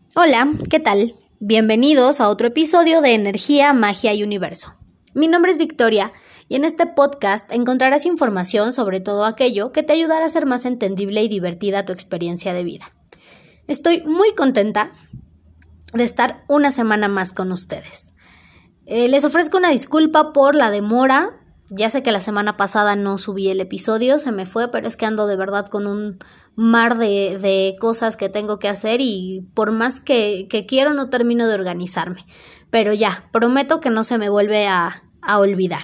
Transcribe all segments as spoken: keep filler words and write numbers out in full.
Hola, ¿qué tal? Bienvenidos a otro episodio de Energía, Magia y Universo. Mi nombre es Victoria y en este podcast encontrarás información sobre todo aquello que te ayudará a hacer más entendible y divertida tu experiencia de vida. Estoy muy contenta de estar una semana más con ustedes. Eh, les ofrezco una disculpa por la demora. Ya sé que la semana pasada no subí el episodio, se me fue, pero es que ando de verdad con un mar de, de cosas que tengo que hacer y por más que, que quiero no termino de organizarme. Pero ya, prometo que no se me vuelve a, a olvidar.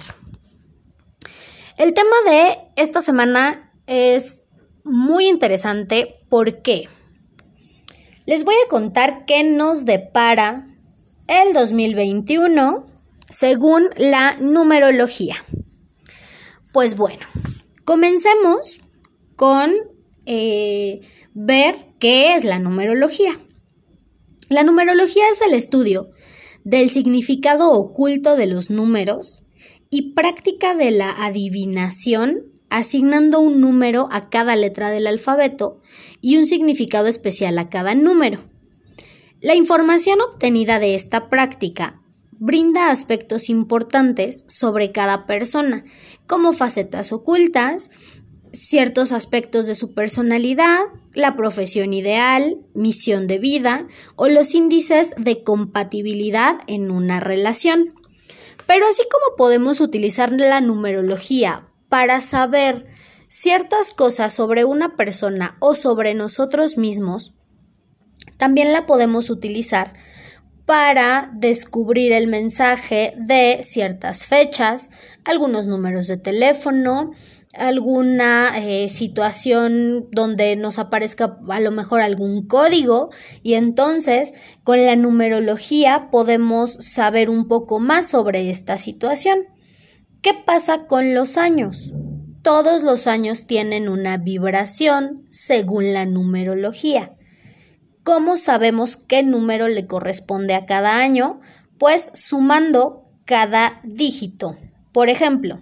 El tema de esta semana es muy interesante. ¿Por qué? Les voy a contar qué nos depara el dos mil veintiuno según la numerología. Pues bueno, comencemos con eh, ver qué es la numerología. La numerología es el estudio del significado oculto de los números y práctica de la adivinación, asignando un número a cada letra del alfabeto y un significado especial a cada número. La información obtenida de esta práctica brinda aspectos importantes sobre cada persona, como facetas ocultas, ciertos aspectos de su personalidad, la profesión ideal, misión de vida o los índices de compatibilidad en una relación. Pero así como podemos utilizar la numerología para saber ciertas cosas sobre una persona o sobre nosotros mismos, también la podemos utilizar para descubrir el mensaje de ciertas fechas, algunos números de teléfono, alguna eh, situación donde nos aparezca a lo mejor algún código y entonces con la numerología podemos saber un poco más sobre esta situación. ¿Qué pasa con los años? Todos los años tienen una vibración según la numerología. ¿Cómo sabemos qué número le corresponde a cada año? Pues sumando cada dígito. Por ejemplo,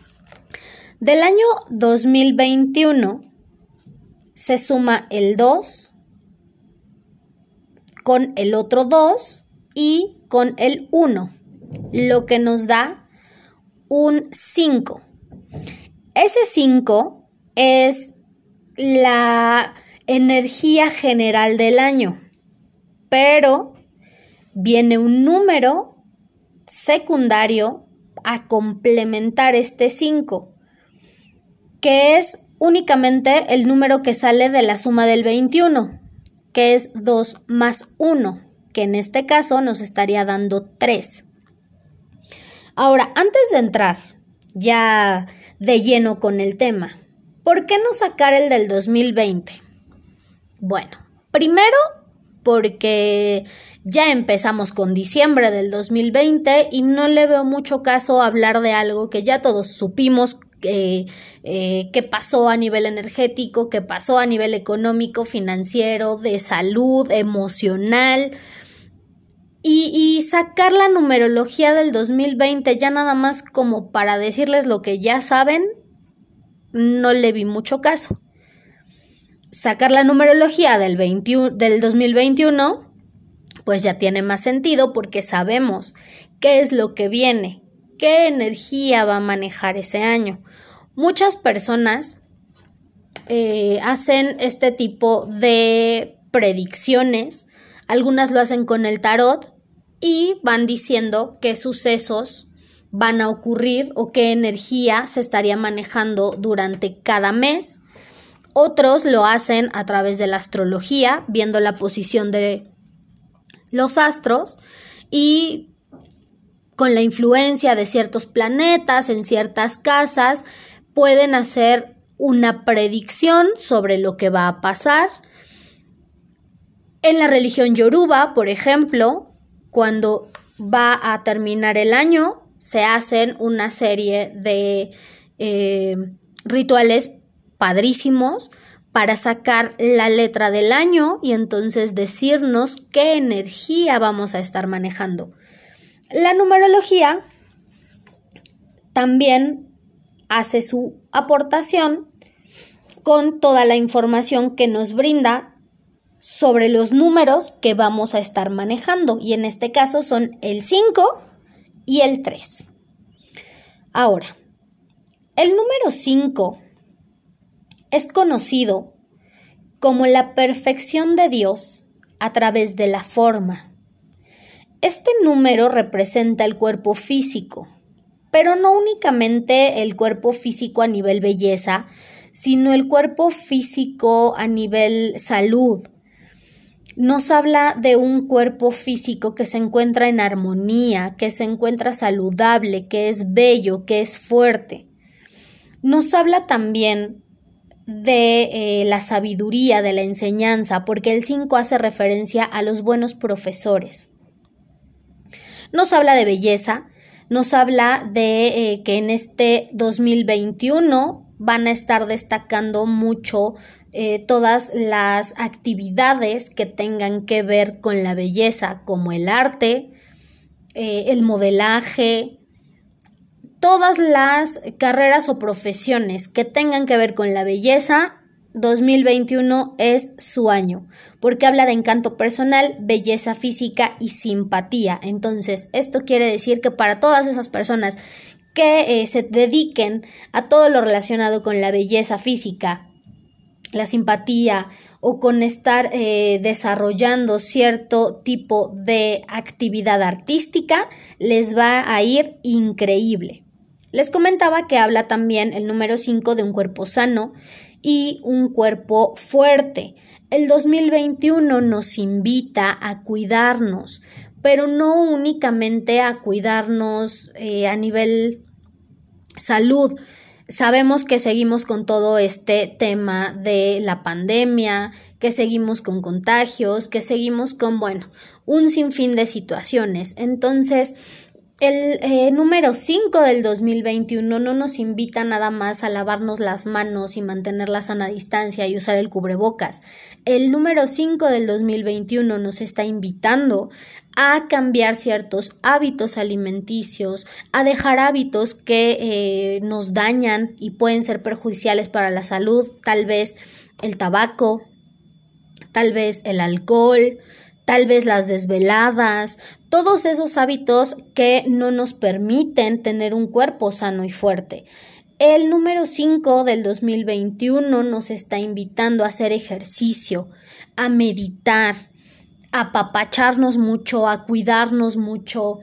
del año dos mil veintiuno se suma el dos con el otro dos y con el uno, lo que nos da un cinco. Ese cinco es la energía general del año, pero viene un número secundario a complementar este cinco, que es únicamente el número que sale de la suma del veintiuno, que es dos más uno, que en este caso nos estaría dando tres. Ahora, antes de entrar ya de lleno con el tema, ¿por qué no sacar el del dos mil veinte? Bueno, primero porque ya empezamos con diciembre del dos mil veinte y no le veo mucho caso hablar de algo que ya todos supimos eh, eh, qué pasó a nivel energético, qué pasó a nivel económico, financiero, de salud, emocional. Y, y sacar la numerología del dos mil veinte ya nada más como para decirles lo que ya saben, no le vi mucho caso. Sacar la numerología del, veintiuno, del dos mil veintiuno, pues ya tiene más sentido porque sabemos qué es lo que viene, qué energía va a manejar ese año. Muchas personas eh, hacen este tipo de predicciones, algunas lo hacen con el tarot y van diciendo qué sucesos van a ocurrir o qué energía se estaría manejando durante cada mes. Otros lo hacen a través de la astrología, viendo la posición de los astros y con la influencia de ciertos planetas en ciertas casas pueden hacer una predicción sobre lo que va a pasar. En la religión yoruba, por ejemplo, cuando va a terminar el año, se hacen una serie de eh, rituales padrísimos para sacar la letra del año y entonces decirnos qué energía vamos a estar manejando. La numerología también hace su aportación con toda la información que nos brinda sobre los números que vamos a estar manejando, y en este caso son el cinco y el tres. Ahora, el número cinco es conocido como la perfección de Dios a través de la forma. Este número representa el cuerpo físico, pero no únicamente el cuerpo físico a nivel belleza, sino el cuerpo físico a nivel salud. Nos habla de un cuerpo físico que se encuentra en armonía, que se encuentra saludable, que es bello, que es fuerte. Nos habla también de eh, la sabiduría, de la enseñanza, porque el cinco hace referencia a los buenos profesores. Nos habla de belleza, nos habla de eh, que en este dos mil veintiuno van a estar destacando mucho eh, todas las actividades que tengan que ver con la belleza, como el arte, eh, el modelaje, todas las carreras o profesiones que tengan que ver con la belleza. Dos mil veintiuno es su año, porque habla de encanto personal, belleza física y simpatía. Entonces, esto quiere decir que para todas esas personas que eh, se dediquen a todo lo relacionado con la belleza física, la simpatía o con estar eh, desarrollando cierto tipo de actividad artística, les va a ir increíble. Les comentaba que habla también el número cinco de un cuerpo sano y un cuerpo fuerte. El dos mil veintiuno nos invita a cuidarnos, pero no únicamente a cuidarnos eh, a nivel salud. Sabemos que seguimos con todo este tema de la pandemia, que seguimos con contagios, que seguimos con, bueno, un sinfín de situaciones. Entonces, el eh, número cinco del dos mil veintiuno no nos invita nada más a lavarnos las manos y mantener la sana distancia y usar el cubrebocas. El número cinco del dos mil veintiuno nos está invitando a cambiar ciertos hábitos alimenticios, a dejar hábitos que eh, nos dañan y pueden ser perjudiciales para la salud, tal vez el tabaco, tal vez el alcohol, tal vez las desveladas, todos esos hábitos que no nos permiten tener un cuerpo sano y fuerte. El número cinco del dos mil veintiuno nos está invitando a hacer ejercicio, a meditar, a apapacharnos mucho, a cuidarnos mucho,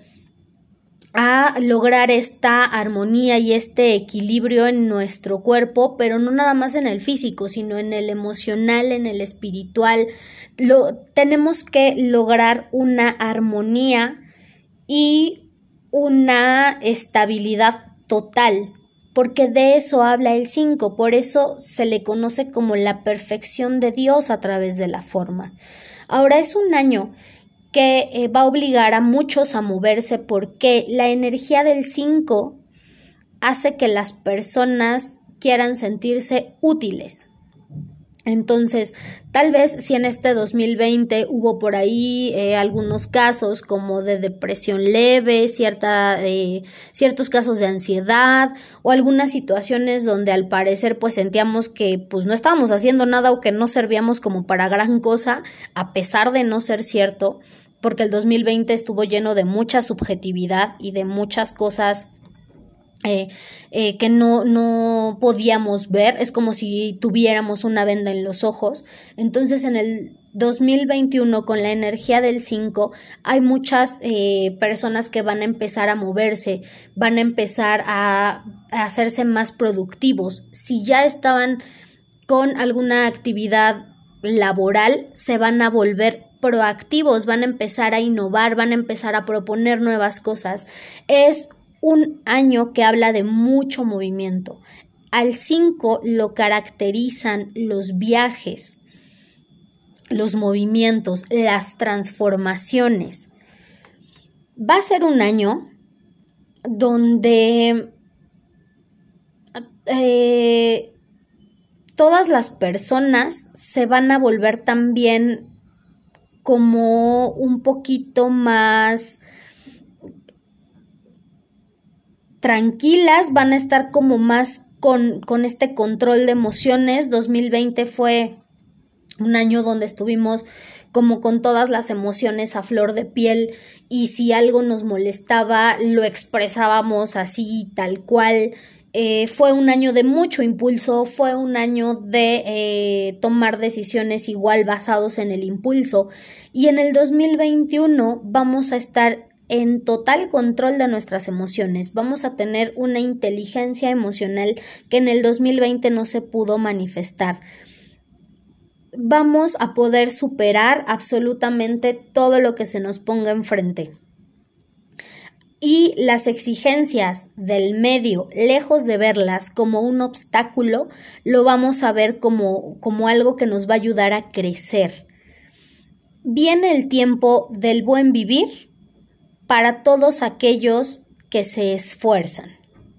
a lograr esta armonía y este equilibrio en nuestro cuerpo, pero no nada más en el físico, sino en el emocional, en el espiritual. Lo, tenemos que lograr una armonía y una estabilidad total, porque de eso habla el cinco, por eso se le conoce como la perfección de Dios a través de la forma. Ahora es un año que eh, va a obligar a muchos a moverse, porque la energía del cinco hace que las personas quieran sentirse útiles. Entonces, tal vez si en este dos mil veinte hubo por ahí eh, algunos casos como de depresión leve, cierta, eh, ciertos casos de ansiedad o algunas situaciones donde al parecer pues sentíamos que pues no estábamos haciendo nada o que no servíamos como para gran cosa, a pesar de no ser cierto, porque el dos mil veinte estuvo lleno de mucha subjetividad y de muchas cosas Eh, eh, que no, no podíamos ver. Es como si tuviéramos una venda en los ojos. Entonces en el dos mil veintiuno, con la energía del cinco, hay muchas eh, personas que van a empezar a moverse, van a empezar a, a hacerse más productivos. Si ya estaban con alguna actividad laboral, se van a volver proactivos, van a empezar a innovar, van a empezar a proponer nuevas cosas. Es un año que habla de mucho movimiento. Al cinco lo caracterizan los viajes, los movimientos, las transformaciones. Va a ser un año donde eh, todas las personas se van a volver también como un poquito más tranquilas, van a estar como más con, con este control de emociones. dos mil veinte fue un año donde estuvimos como con todas las emociones a flor de piel y si algo nos molestaba lo expresábamos así tal cual. Eh, fue un año de mucho impulso, fue un año de eh, tomar decisiones igual basados en el impulso, y en el dos mil veintiuno vamos a estar en total control de nuestras emociones, vamos a tener una inteligencia emocional que en el dos mil veinte no se pudo manifestar. Vamos a poder superar absolutamente todo lo que se nos ponga enfrente. Y las exigencias del medio, lejos de verlas como un obstáculo, lo vamos a ver como, como algo que nos va a ayudar a crecer. Viene el tiempo del buen vivir para todos aquellos que se esfuerzan.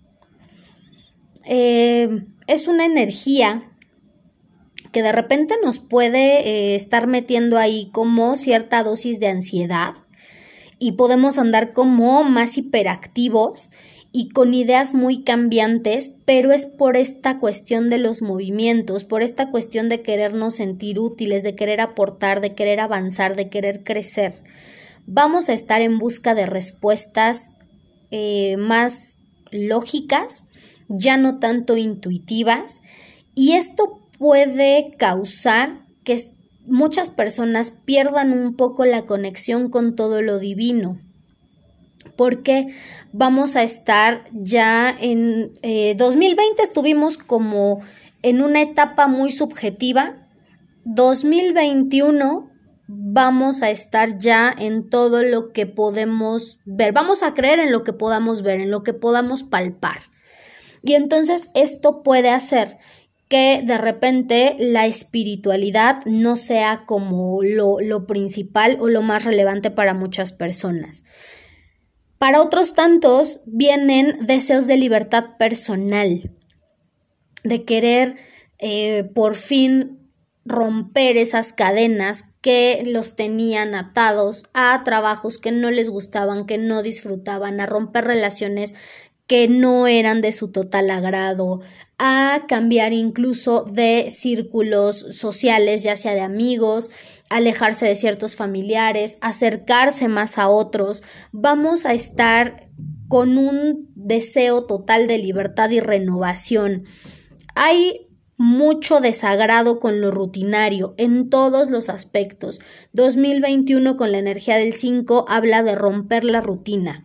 Eh, es una energía que de repente nos puede eh, estar metiendo ahí como cierta dosis de ansiedad, y podemos andar como más hiperactivos y con ideas muy cambiantes, pero es por esta cuestión de los movimientos, por esta cuestión de querernos sentir útiles, de querer aportar, de querer avanzar, de querer crecer. Vamos a estar en busca de respuestas eh, más lógicas, ya no tanto intuitivas, y esto puede causar que muchas personas pierdan un poco la conexión con todo lo divino, porque vamos a estar ya en eh, dos mil veinte estuvimos como en una etapa muy subjetiva. Dos mil veintiuno vamos a estar ya en todo lo que podemos ver, vamos a creer en lo que podamos ver, en lo que podamos palpar, y entonces esto puede hacer que de repente la espiritualidad no sea como lo, lo principal o lo más relevante para muchas personas. Para otros tantos vienen deseos de libertad personal, de querer eh, por fin romper esas cadenas que los tenían atados a trabajos que no les gustaban, que no disfrutaban, a romper relaciones que no eran de su total agrado, a cambiar incluso de círculos sociales, ya sea de amigos, alejarse de ciertos familiares, acercarse más a otros. Vamos a estar con un deseo total de libertad y renovación. Hay mucho desagrado con lo rutinario en todos los aspectos. dos mil veintiuno con la energía del cinco habla de romper la rutina.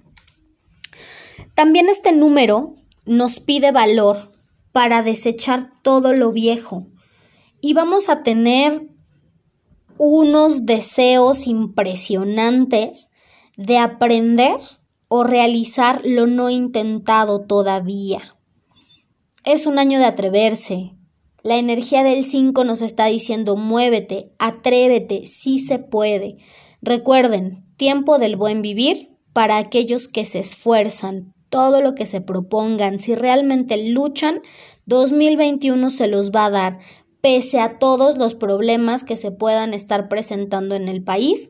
También este número nos pide valor para desechar todo lo viejo, y vamos a tener unos deseos impresionantes de aprender o realizar lo no intentado todavía. Es un año de atreverse. La energía del cinco nos está diciendo: muévete, atrévete, sí se puede. Recuerden, tiempo del buen vivir para aquellos que se esfuerzan. Todo lo que se propongan, si realmente luchan, dos mil veintiuno se los va a dar, pese a todos los problemas que se puedan estar presentando en el país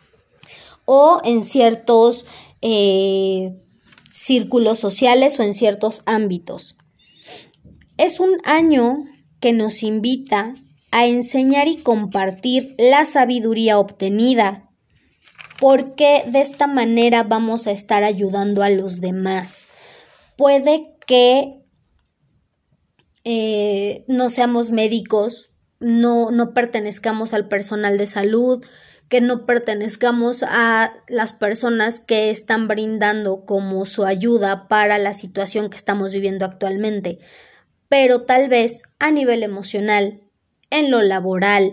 o en ciertos eh, círculos sociales o en ciertos ámbitos. Es un año que nos invita a enseñar y compartir la sabiduría obtenida, porque de esta manera vamos a estar ayudando a los demás. Puede que eh, no seamos médicos, no, no pertenezcamos al personal de salud, que no pertenezcamos a las personas que están brindando como su ayuda para la situación que estamos viviendo actualmente, pero tal vez a nivel emocional, en lo laboral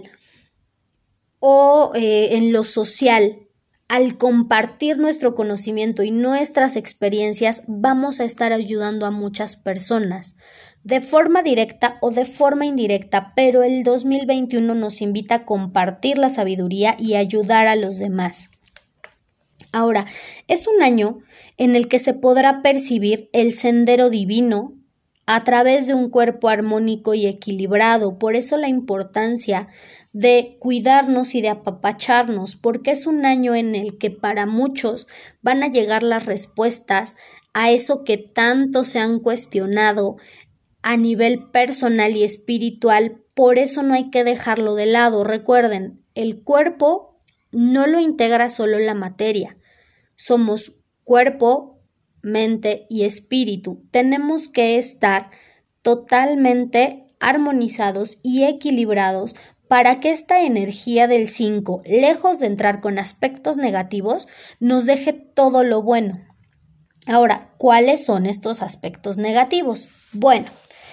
o eh, en lo social, al compartir nuestro conocimiento y nuestras experiencias, vamos a estar ayudando a muchas personas, de forma directa o de forma indirecta, pero el dos mil veintiuno nos invita a compartir la sabiduría y ayudar a los demás. Ahora, es un año en el que se podrá percibir el sendero divino a través de un cuerpo armónico y equilibrado. Por eso la importancia de cuidarnos y de apapacharnos, porque es un año en el que para muchos van a llegar las respuestas a eso que tanto se han cuestionado a nivel personal y espiritual, por eso no hay que dejarlo de lado. Recuerden, el cuerpo no lo integra solo la materia. Somos cuerpo, mente y espíritu. Tenemos que estar totalmente armonizados y equilibrados para que esta energía del cinco, lejos de entrar con aspectos negativos, nos deje todo lo bueno. Ahora, ¿cuáles son estos aspectos negativos? Bueno,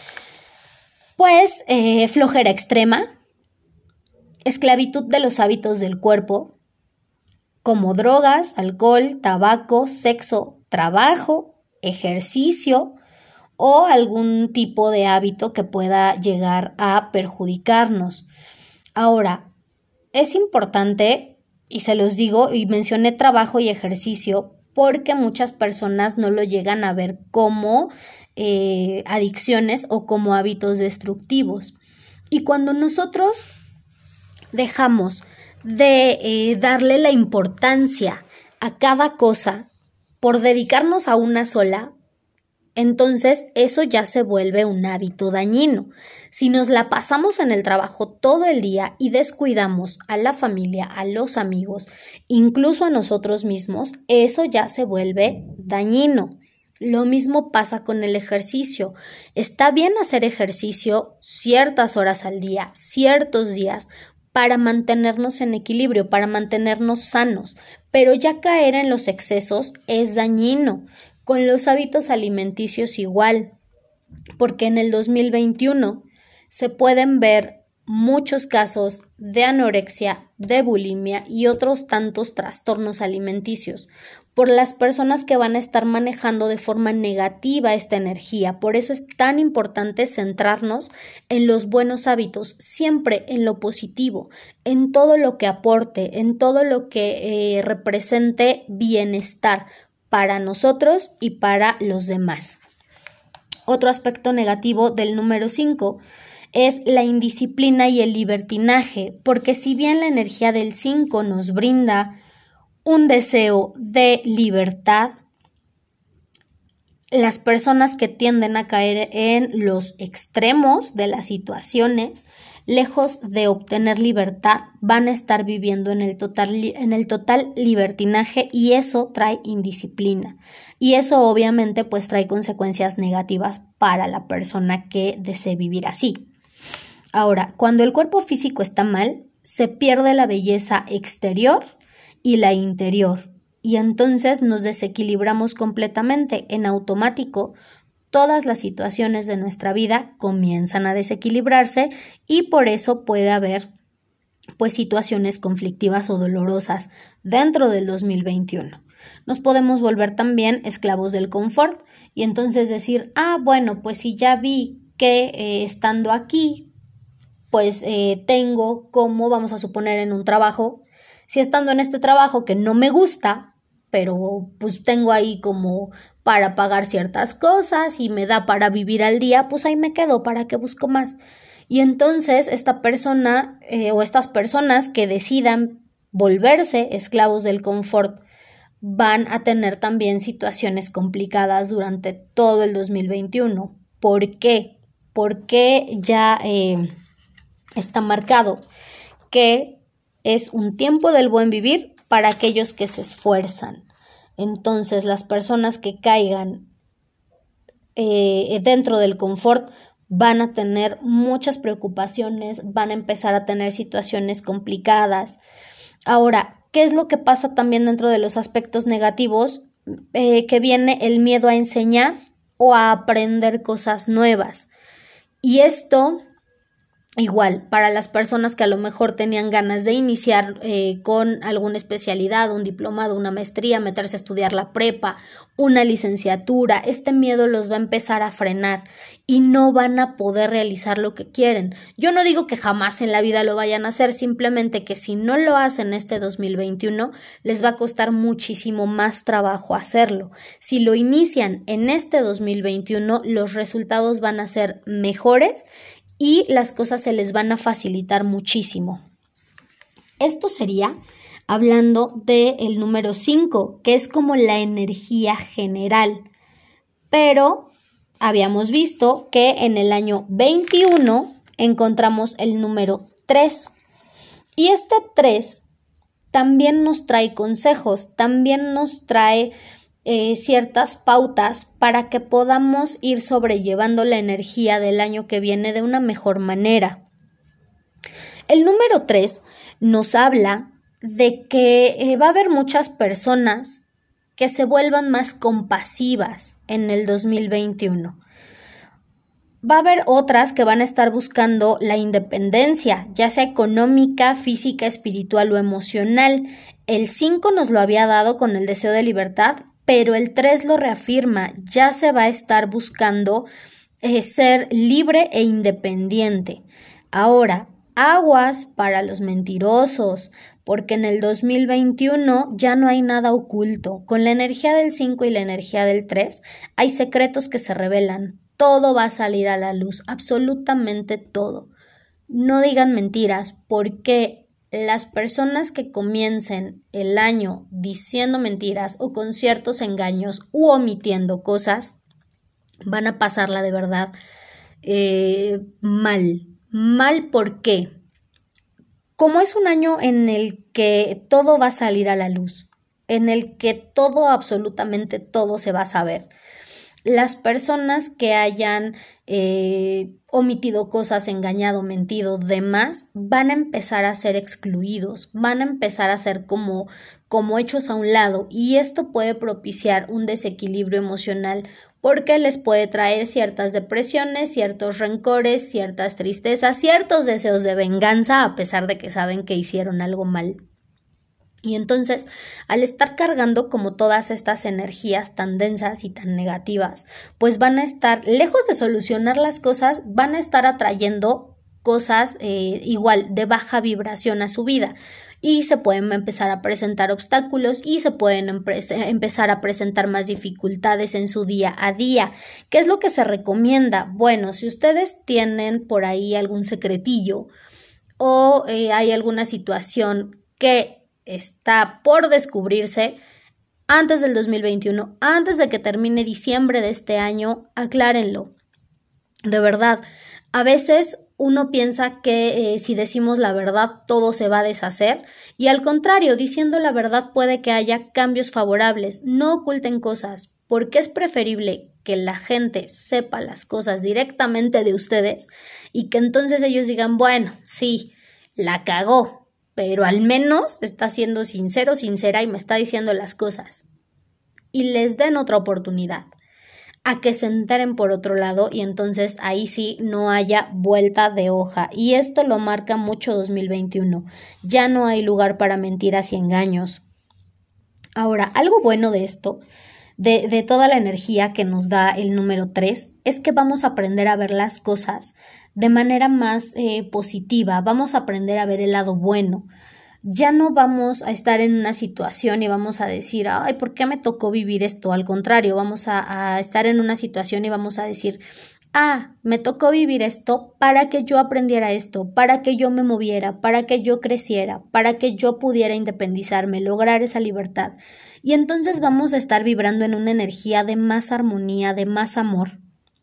pues eh, flojera extrema, esclavitud de los hábitos del cuerpo, como drogas, alcohol, tabaco, sexo, trabajo, ejercicio o algún tipo de hábito que pueda llegar a perjudicarnos. Ahora, es importante, y se los digo, y mencioné trabajo y ejercicio, porque muchas personas no lo llegan a ver como eh, adicciones o como hábitos destructivos. Y cuando nosotros dejamos de eh, darle la importancia a cada cosa por dedicarnos a una sola, entonces eso ya se vuelve un hábito dañino. Si nos la pasamos en el trabajo todo el día y descuidamos a la familia, a los amigos, incluso a nosotros mismos, eso ya se vuelve dañino. Lo mismo pasa con el ejercicio. Está bien hacer ejercicio ciertas horas al día, ciertos días, para mantenernos en equilibrio, para mantenernos sanos, pero ya caer en los excesos es dañino. Con los hábitos alimenticios igual, porque en el dos mil veintiuno se pueden ver muchos casos de anorexia, de bulimia y otros tantos trastornos alimenticios por las personas que van a estar manejando de forma negativa esta energía. Por eso es tan importante centrarnos en los buenos hábitos, siempre en lo positivo, en todo lo que aporte, en todo lo que eh, represente bienestar para nosotros y para los demás. Otro aspecto negativo del número cinco es la indisciplina y el libertinaje, porque si bien la energía del cinco nos brinda un deseo de libertad, las personas que tienden a caer en los extremos de las situaciones, lejos de obtener libertad, van a estar viviendo en el total, en el total libertinaje, y eso trae indisciplina. Y eso obviamente pues trae consecuencias negativas para la persona que desee vivir así. Ahora, cuando el cuerpo físico está mal, se pierde la belleza exterior y la interior, y entonces nos desequilibramos completamente. En automático, todas las situaciones de nuestra vida comienzan a desequilibrarse y por eso puede haber pues situaciones conflictivas o dolorosas dentro del dos mil veintiuno. Nos podemos volver también esclavos del confort y entonces decir, ah, bueno, pues si ya vi que eh, estando aquí, pues eh, tengo como, vamos a suponer en un trabajo, si estando en este trabajo que no me gusta, pero pues tengo ahí como para pagar ciertas cosas y me da para vivir al día, pues ahí me quedo, ¿para qué busco más? Y entonces esta persona eh, o estas personas que decidan volverse esclavos del confort van a tener también situaciones complicadas durante todo el dos mil veintiuno. ¿Por qué? Porque ya eh, está marcado que es un tiempo del buen vivir para aquellos que se esfuerzan. Entonces, las personas que caigan eh, dentro del confort van a tener muchas preocupaciones, van a empezar a tener situaciones complicadas. Ahora, ¿qué es lo que pasa también dentro de los aspectos negativos? Eh, que viene el miedo a enseñar o a aprender cosas nuevas. Y esto, igual, para las personas que a lo mejor tenían ganas de iniciar eh, con alguna especialidad, un diplomado, una maestría, meterse a estudiar la prepa, una licenciatura, este miedo los va a empezar a frenar y no van a poder realizar lo que quieren. Yo no digo que jamás en la vida lo vayan a hacer, simplemente que si no lo hacen este dos mil veintiuno, les va a costar muchísimo más trabajo hacerlo. Si lo inician en este dos mil veintiuno, los resultados van a ser mejores y las cosas se les van a facilitar muchísimo. Esto sería hablando del número cinco, que es como la energía general. Pero habíamos visto que en el año veintiuno encontramos el número tres. Y este tres también nos trae consejos, también nos trae eh, ciertas pautas para que podamos ir sobrellevando la energía del año que viene de una mejor manera. El número tres nos habla de que eh, va a haber muchas personas que se vuelvan más compasivas en el dos mil veintiuno. Va a haber otras que van a estar buscando la independencia, ya sea económica, física, espiritual o emocional. El cinco nos lo había dado con el deseo de libertad, pero el tres lo reafirma, ya se va a estar buscando eh, ser libre e independiente. Ahora, aguas para los mentirosos, porque en el dos mil veintiuno ya no hay nada oculto. Con la energía del cinco y la energía del tres hay secretos que se revelan. Todo va a salir a la luz, absolutamente todo. No digan mentiras, porque las personas que comiencen el año diciendo mentiras o con ciertos engaños u omitiendo cosas, van a pasarla de verdad eh, mal. Mal, ¿por qué? Como es un año en el que todo va a salir a la luz, en el que todo, absolutamente todo se va a saber. Las personas que hayan eh, omitido cosas, engañado, mentido, demás, van a empezar a ser excluidos, van a empezar a ser como, como hechos a un lado, y esto puede propiciar un desequilibrio emocional porque les puede traer ciertas depresiones, ciertos rencores, ciertas tristezas, ciertos deseos de venganza, a pesar de que saben que hicieron algo mal. Y entonces, al estar cargando como todas estas energías tan densas y tan negativas, pues van a estar, lejos de solucionar las cosas, van a estar atrayendo cosas eh, igual de baja vibración a su vida. Y se pueden empezar a presentar obstáculos y se pueden empezar a presentar más dificultades en su día a día. ¿Qué es lo que se recomienda? Bueno, si ustedes tienen por ahí algún secretillo o eh, hay alguna situación que está por descubrirse, antes del dos mil veintiuno, antes de que termine diciembre de este año, aclárenlo. De verdad, a veces uno piensa que eh, si decimos la verdad todo se va a deshacer, y al contrario, diciendo la verdad puede que haya cambios favorables. No oculten cosas, porque es preferible que la gente sepa las cosas directamente de ustedes y que entonces ellos digan, bueno, sí, la cagó, pero al menos está siendo sincero, sincera y me está diciendo las cosas. Y les den otra oportunidad a que se enteren por otro lado, y entonces ahí sí no haya vuelta de hoja. Y esto lo marca mucho dos mil veintiuno. Ya no hay lugar para mentiras y engaños. Ahora, algo bueno de esto, de, de toda la energía que nos da el número tres, es que vamos a aprender a ver las cosas de manera más eh, positiva, vamos a aprender a ver el lado bueno. Ya no vamos a estar en una situación y vamos a decir, ay, ¿por qué me tocó vivir esto? Al contrario, vamos a, a estar en una situación y vamos a decir, ah, me tocó vivir esto para que yo aprendiera esto, para que yo me moviera, para que yo creciera, para que yo pudiera independizarme, lograr esa libertad. Y entonces vamos a estar vibrando en una energía de más armonía, de más amor.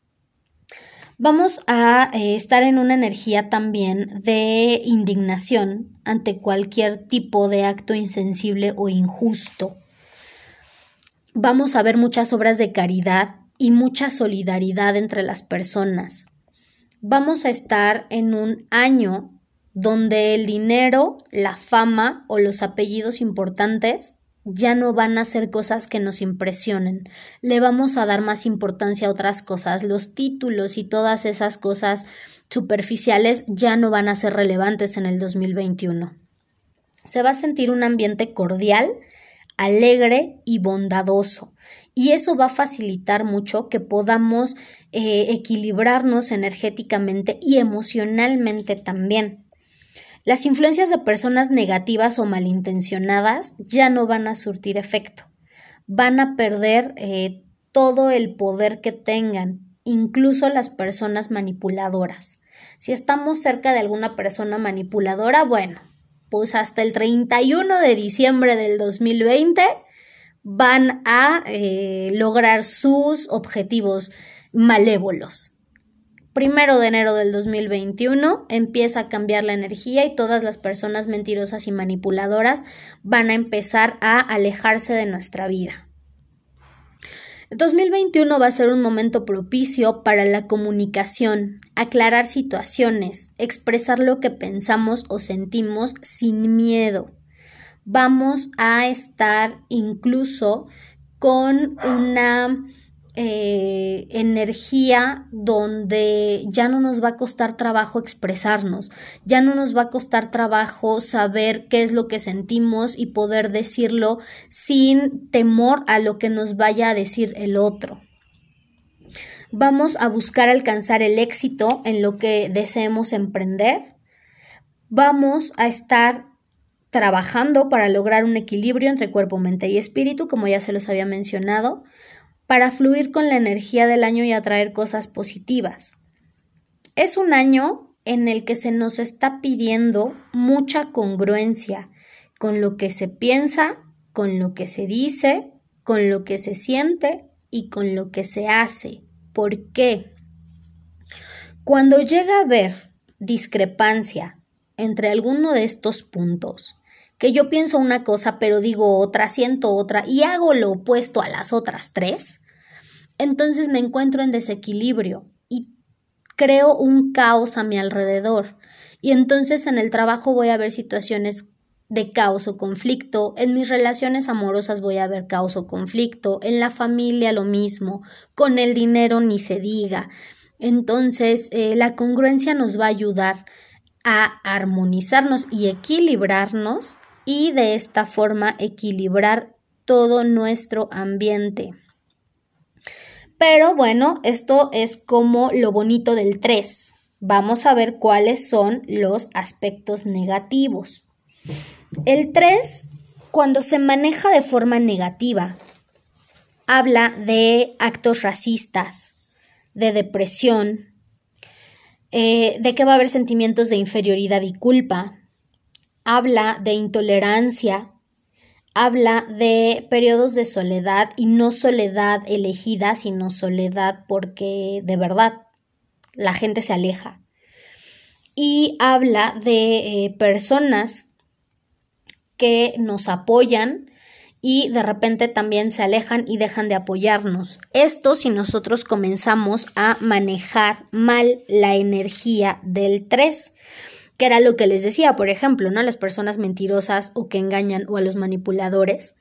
Vamos a eh, estar en una energía también de indignación ante cualquier tipo de acto insensible o injusto. Vamos a ver muchas obras de caridad y mucha solidaridad entre las personas. Vamos a estar en un año donde el dinero, la fama o los apellidos importantes ya no van a ser cosas que nos impresionen. Le vamos a dar más importancia a otras cosas. Los títulos y todas esas cosas superficiales ya no van a ser relevantes en el dos mil veintiuno. Se va a sentir un ambiente cordial, alegre y bondadoso. Y eso va a facilitar mucho que podamos eh, equilibrarnos energéticamente y emocionalmente también. Las influencias de personas negativas o malintencionadas ya no van a surtir efecto. Van a perder eh, todo el poder que tengan, incluso las personas manipuladoras. Si estamos cerca de alguna persona manipuladora, bueno, pues hasta el treinta y uno de diciembre del dos mil veinte van a eh, lograr sus objetivos malévolos. Primero de enero del dos mil veintiuno empieza a cambiar la energía y todas las personas mentirosas y manipuladoras van a empezar a alejarse de nuestra vida. El dos mil veintiuno va a ser un momento propicio para la comunicación, aclarar situaciones, expresar lo que pensamos o sentimos sin miedo. Vamos a estar incluso con una eh, energía donde ya no nos va a costar trabajo expresarnos, ya no nos va a costar trabajo saber qué es lo que sentimos y poder decirlo sin temor a lo que nos vaya a decir el otro. Vamos a buscar alcanzar el éxito en lo que deseemos emprender. Vamos a estar trabajando para lograr un equilibrio entre cuerpo, mente y espíritu, como ya se los había mencionado, para fluir con la energía del año y atraer cosas positivas. Es un año en el que se nos está pidiendo mucha congruencia con lo que se piensa, con lo que se dice, con lo que se siente y con lo que se hace. ¿Por qué? Cuando llega a haber discrepancia entre alguno de estos puntos, que yo pienso una cosa pero digo otra, siento otra y hago lo opuesto a las otras tres, entonces me encuentro en desequilibrio y creo un caos a mi alrededor. Y entonces en el trabajo voy a ver situaciones de caos o conflicto, en mis relaciones amorosas voy a ver caos o conflicto, en la familia lo mismo, con el dinero ni se diga. Entonces eh, la congruencia nos va a ayudar a armonizarnos y equilibrarnos y de esta forma equilibrar todo nuestro ambiente. Pero bueno, esto es como lo bonito del tres. Vamos a ver cuáles son los aspectos negativos. El tres, cuando se maneja de forma negativa, habla de actos racistas, de depresión, eh, de que va a haber sentimientos de inferioridad y culpa. Habla de intolerancia, habla de periodos de soledad y no soledad elegida, sino soledad porque de verdad la gente se aleja. Y habla de eh, personas que nos apoyan y de repente también se alejan y dejan de apoyarnos. Esto si nosotros comenzamos a manejar mal la energía del tres. Que era lo que les decía, por ejemplo, ¿no? Las personas mentirosas o que engañan o a los manipuladores,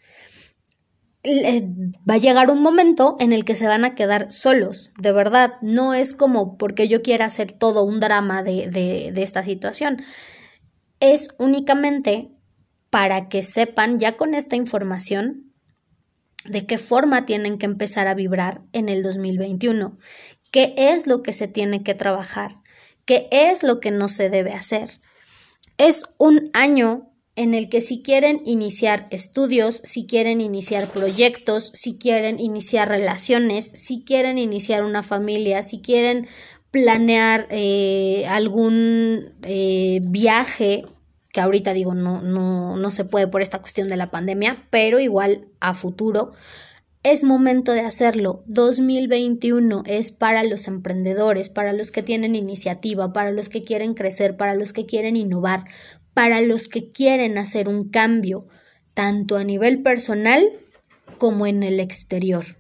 va a llegar un momento en el que se van a quedar solos, de verdad. No es como porque yo quiera hacer todo un drama de, de, de esta situación. Es únicamente para que sepan ya con esta información de qué forma tienen que empezar a vibrar en el dos mil veintiuno, qué es lo que se tiene que trabajar. ¿Qué es lo que no se debe hacer? Es un año en el que si quieren iniciar estudios, si quieren iniciar proyectos, si quieren iniciar relaciones, si quieren iniciar una familia, si quieren planear eh, algún eh, viaje, que ahorita digo no, no, no se puede por esta cuestión de la pandemia, pero igual a futuro, es momento de hacerlo. dos mil veintiuno es para los emprendedores, para los que tienen iniciativa, para los que quieren crecer, para los que quieren innovar, para los que quieren hacer un cambio, tanto a nivel personal como en el exterior.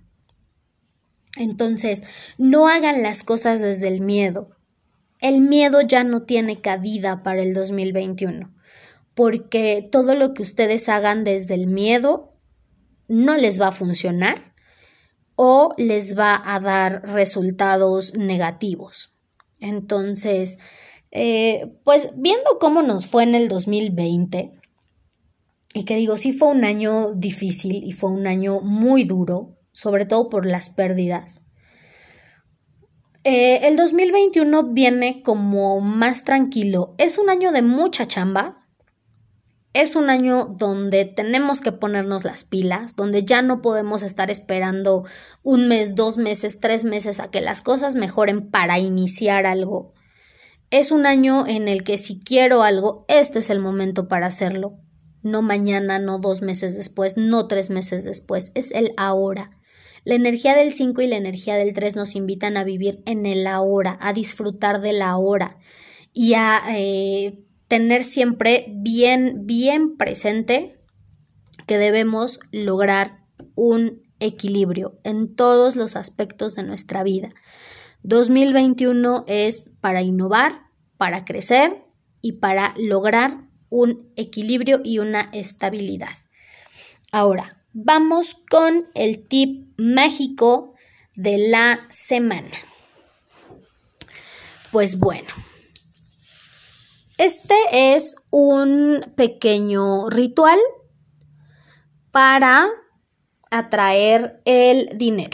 Entonces, no hagan las cosas desde el miedo. El miedo ya no tiene cabida para el dos mil veintiuno, porque todo lo que ustedes hagan desde el miedo no les va a funcionar o les va a dar resultados negativos. Entonces, eh, pues viendo cómo nos fue en el dos mil veinte, y que digo, sí fue un año difícil y fue un año muy duro, sobre todo por las pérdidas. Eh, el dos mil veintiuno viene como más tranquilo. Es un año de mucha chamba. Es un año donde tenemos que ponernos las pilas, donde ya no podemos estar esperando un mes, dos meses, tres meses a que las cosas mejoren para iniciar algo. Es un año en el que si quiero algo, este es el momento para hacerlo. No mañana, no dos meses después, no tres meses después, es el ahora. La energía del cinco y la energía del tres nos invitan a vivir en el ahora, a disfrutar del ahora y a eh, tener siempre bien, bien presente que debemos lograr un equilibrio en todos los aspectos de nuestra vida. dos mil veintiuno es para innovar, para crecer y para lograr un equilibrio y una estabilidad. Ahora, vamos con el tip mágico de la semana. Pues bueno, este es un pequeño ritual para atraer el dinero.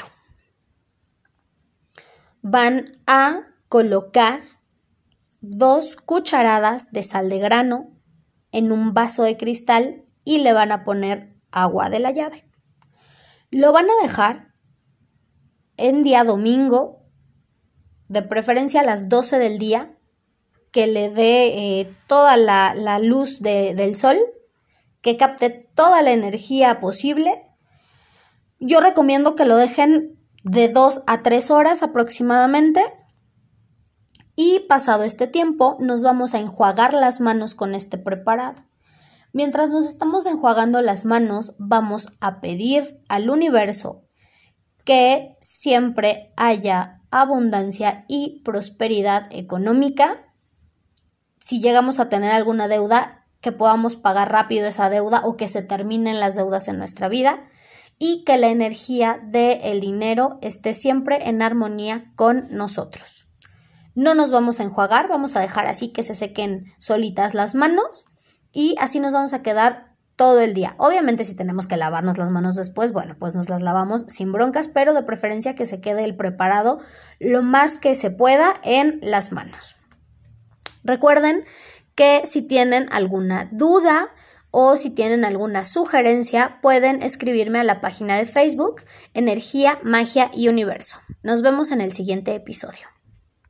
Van a colocar dos cucharadas de sal de grano en un vaso de cristal y le van a poner agua de la llave. Lo van a dejar en día domingo, de preferencia a las doce del día, que le dé eh, toda la, la luz de, del sol, que capte toda la energía posible. Yo recomiendo que lo dejen de dos a tres horas aproximadamente. Y pasado este tiempo, nos vamos a enjuagar las manos con este preparado. Mientras nos estamos enjuagando las manos, vamos a pedir al universo que siempre haya abundancia y prosperidad económica. Si llegamos a tener alguna deuda, que podamos pagar rápido esa deuda o que se terminen las deudas en nuestra vida y que la energía del dinero esté siempre en armonía con nosotros. No nos vamos a enjuagar, vamos a dejar así que se sequen solitas las manos y así nos vamos a quedar todo el día. Obviamente si tenemos que lavarnos las manos después, bueno, pues nos las lavamos sin broncas, pero de preferencia que se quede el preparado lo más que se pueda en las manos. Recuerden que si tienen alguna duda o si tienen alguna sugerencia, pueden escribirme a la página de Facebook Energía, Magia y Universo. Nos vemos en el siguiente episodio.